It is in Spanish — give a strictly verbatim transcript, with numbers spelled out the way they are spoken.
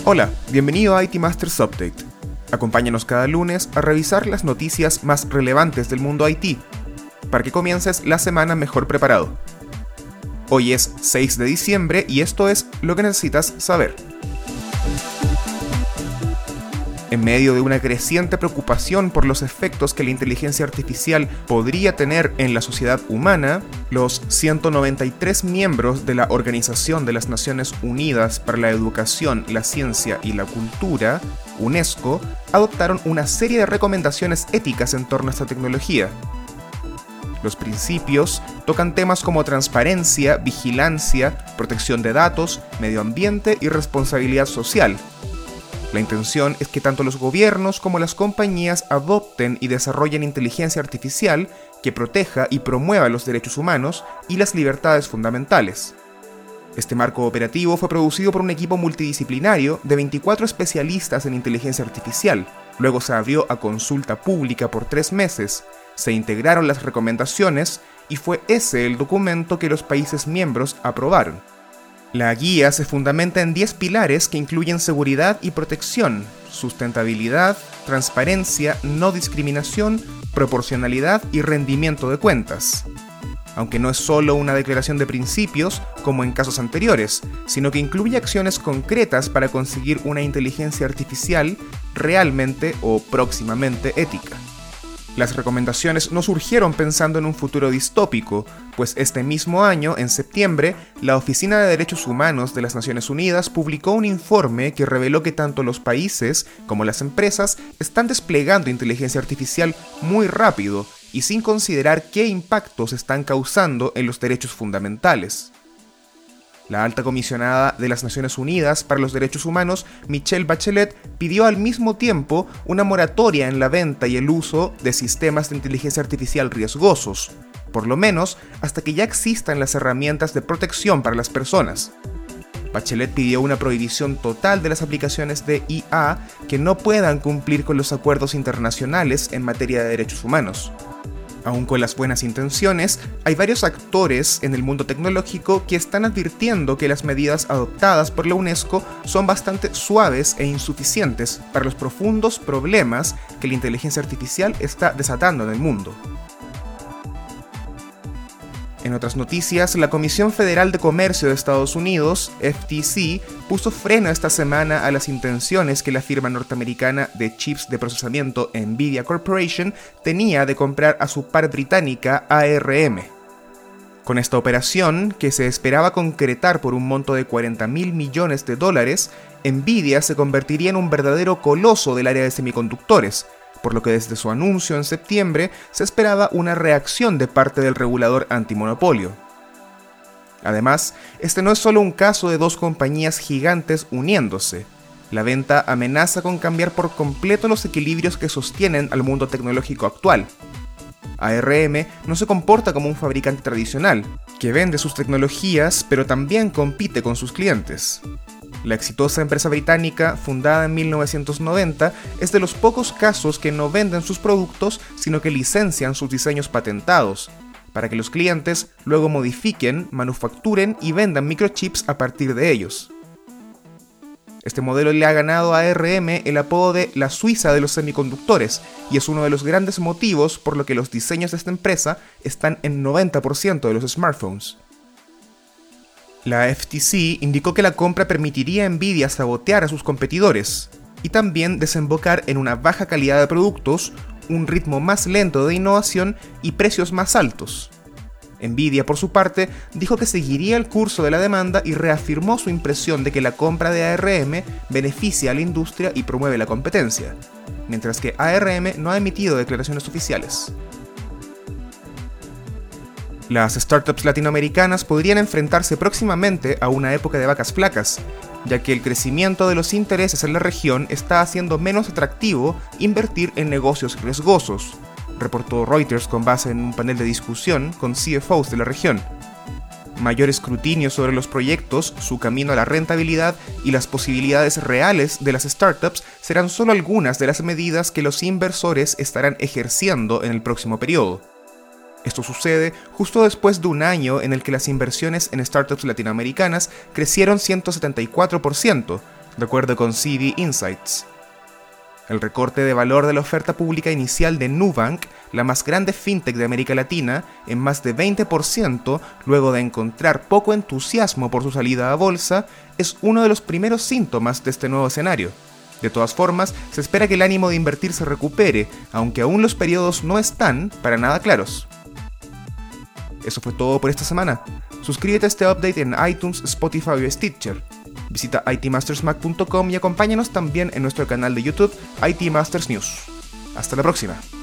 Hola, bienvenido a I T Masters Update. Acompáñanos cada lunes a revisar las noticias más relevantes del mundo I T, para que comiences la semana mejor preparado. Hoy es seis de diciembre y esto es lo que necesitas saber. En medio de una creciente preocupación por los efectos que la inteligencia artificial podría tener en la sociedad humana, los ciento noventa y tres miembros de la Organización de las Naciones Unidas para la Educación, la Ciencia y la Cultura, UNESCO, adoptaron una serie de recomendaciones éticas en torno a esta tecnología. Los principios tocan temas como transparencia, vigilancia, protección de datos, medio ambiente y responsabilidad social. La intención es que tanto los gobiernos como las compañías adopten y desarrollen inteligencia artificial que proteja y promueva los derechos humanos y las libertades fundamentales. Este marco operativo fue producido por un equipo multidisciplinario de veinticuatro especialistas en inteligencia artificial. Luego se abrió a consulta pública por tres meses, se integraron las recomendaciones y fue ese el documento que los países miembros aprobaron. La guía se fundamenta en diez pilares que incluyen seguridad y protección, sustentabilidad, transparencia, no discriminación, proporcionalidad y rendimiento de cuentas. Aunque no es solo una declaración de principios, como en casos anteriores, sino que incluye acciones concretas para conseguir una inteligencia artificial realmente o próximamente ética. Las recomendaciones no surgieron pensando en un futuro distópico, pues este mismo año, en septiembre, la Oficina de Derechos Humanos de las Naciones Unidas publicó un informe que reveló que tanto los países como las empresas están desplegando inteligencia artificial muy rápido y sin considerar qué impactos están causando en los derechos fundamentales. La alta comisionada de las Naciones Unidas para los Derechos Humanos, Michelle Bachelet, pidió al mismo tiempo una moratoria en la venta y el uso de sistemas de inteligencia artificial riesgosos, por lo menos hasta que ya existan las herramientas de protección para las personas. Bachelet pidió una prohibición total de las aplicaciones de I A que no puedan cumplir con los acuerdos internacionales en materia de derechos humanos. Aún con las buenas intenciones, hay varios actores en el mundo tecnológico que están advirtiendo que las medidas adoptadas por la UNESCO son bastante suaves e insuficientes para los profundos problemas que la inteligencia artificial está desatando en el mundo. En otras noticias, la Comisión Federal de Comercio de Estados Unidos, F T C, puso freno esta semana a las intenciones que la firma norteamericana de chips de procesamiento Nvidia Corporation tenía de comprar a su par británica A R M. Con esta operación, que se esperaba concretar por un monto de cuarenta mil millones de dólares, Nvidia se convertiría en un verdadero coloso del área de semiconductores, por lo que desde su anuncio en septiembre se esperaba una reacción de parte del regulador antimonopolio. Además, este no es solo un caso de dos compañías gigantes uniéndose. La venta amenaza con cambiar por completo los equilibrios que sostienen al mundo tecnológico actual. A R M no se comporta como un fabricante tradicional, que vende sus tecnologías pero también compite con sus clientes. La exitosa empresa británica, fundada en mil novecientos noventa, es de los pocos casos que no venden sus productos, sino que licencian sus diseños patentados, para que los clientes luego modifiquen, manufacturen y vendan microchips a partir de ellos. Este modelo le ha ganado a A R M el apodo de la Suiza de los semiconductores, y es uno de los grandes motivos por lo que los diseños de esta empresa están en noventa por ciento de los smartphones. La F T C indicó que la compra permitiría a Nvidia sabotear a sus competidores y también desembocar en una baja calidad de productos, un ritmo más lento de innovación y precios más altos. Nvidia, por su parte, dijo que seguiría el curso de la demanda y reafirmó su impresión de que la compra de A R M beneficia a la industria y promueve la competencia, mientras que A R M no ha emitido declaraciones oficiales. Las startups latinoamericanas podrían enfrentarse próximamente a una época de vacas flacas, ya que el crecimiento de los intereses en la región está haciendo menos atractivo invertir en negocios riesgosos, reportó Reuters con base en un panel de discusión con C F Os de la región. Mayor escrutinio sobre los proyectos, su camino a la rentabilidad y las posibilidades reales de las startups serán solo algunas de las medidas que los inversores estarán ejerciendo en el próximo periodo. Esto sucede justo después de un año en el que las inversiones en startups latinoamericanas crecieron ciento setenta y cuatro por ciento, de acuerdo con C D Insights. El recorte de valor de la oferta pública inicial de Nubank, la más grande fintech de América Latina, en más de veinte por ciento, luego de encontrar poco entusiasmo por su salida a bolsa, es uno de los primeros síntomas de este nuevo escenario. De todas formas, se espera que el ánimo de invertir se recupere, aunque aún los periodos no están para nada claros. Eso fue todo por esta semana. Suscríbete a este update en iTunes, Spotify o Stitcher. Visita i t masters mac punto com y acompáñanos también en nuestro canal de YouTube I T Masters News. Hasta la próxima.